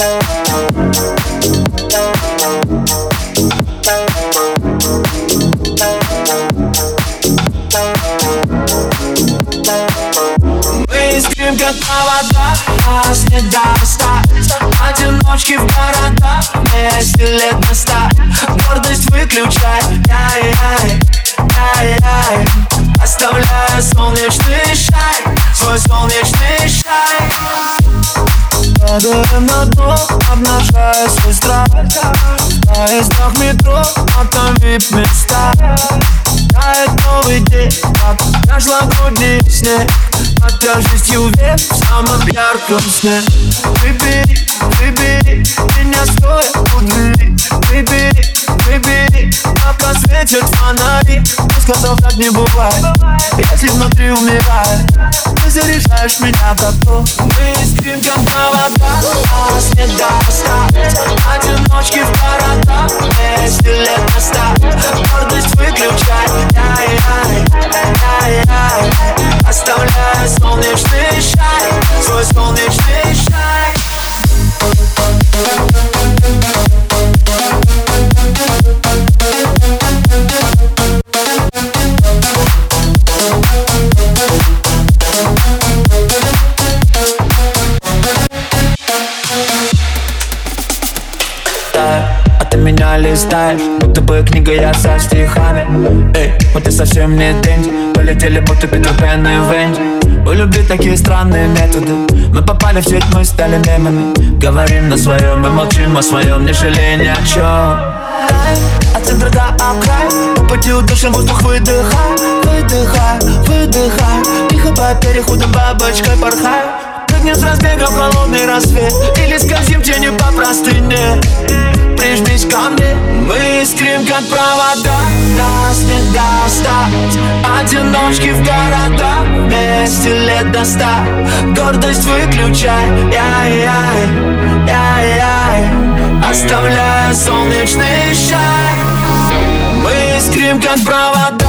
Мы искрим, как провода, нас не достать. Одиночки в городах, вместе лет на 100. Гордость выключай, яй-яй, яй-яй. Оставляя солнечный шар, свой солнечный шар. Падаем на дно, обнажая свой страх. В поездах метро, а там вип-места. Тает новый день, как прошлогодний снег. Под тяжестью век в самом ярком сне. Выбери, выбери меня стоя у двери. Выбери, выбери, пока светят фонари. Ты сказал, так не бывает, если внутри умирает. Ты заряжаешь меня добро. Мы искрим, как провода, нас не достать. Одиночки в городах, вместе лет на 100. Гордость выключай, яй-яй, яй-яй. Оставляя солнечный шар, свой солнечный шар. А ты меня листаешь, будто бы книга я со стихами. Эй, вот ты совсем не деньги. Полетели будто Питер Пен и Венди. У любви такие странные методы. Мы попали в сеть, мы стали мемами. Говорим на своем и молчим о своем, не жалея ни о чем. От центра до окраин, по пути удушим, воздух выдыхай. Выдыхай, выдыхай. Тихо по переходам бабочкой порхай. Прыгнем с разбега в холодный рассвет. Или скользим тенью по простыне. Прижмись ко мне. Мы искрим, как провода, нас не достать. Одиночки в городах, вместе лет до 100. Гордость выключай, яй-яй, яй-яй. Оставляя солнечный шар. Мы искрим, как провода.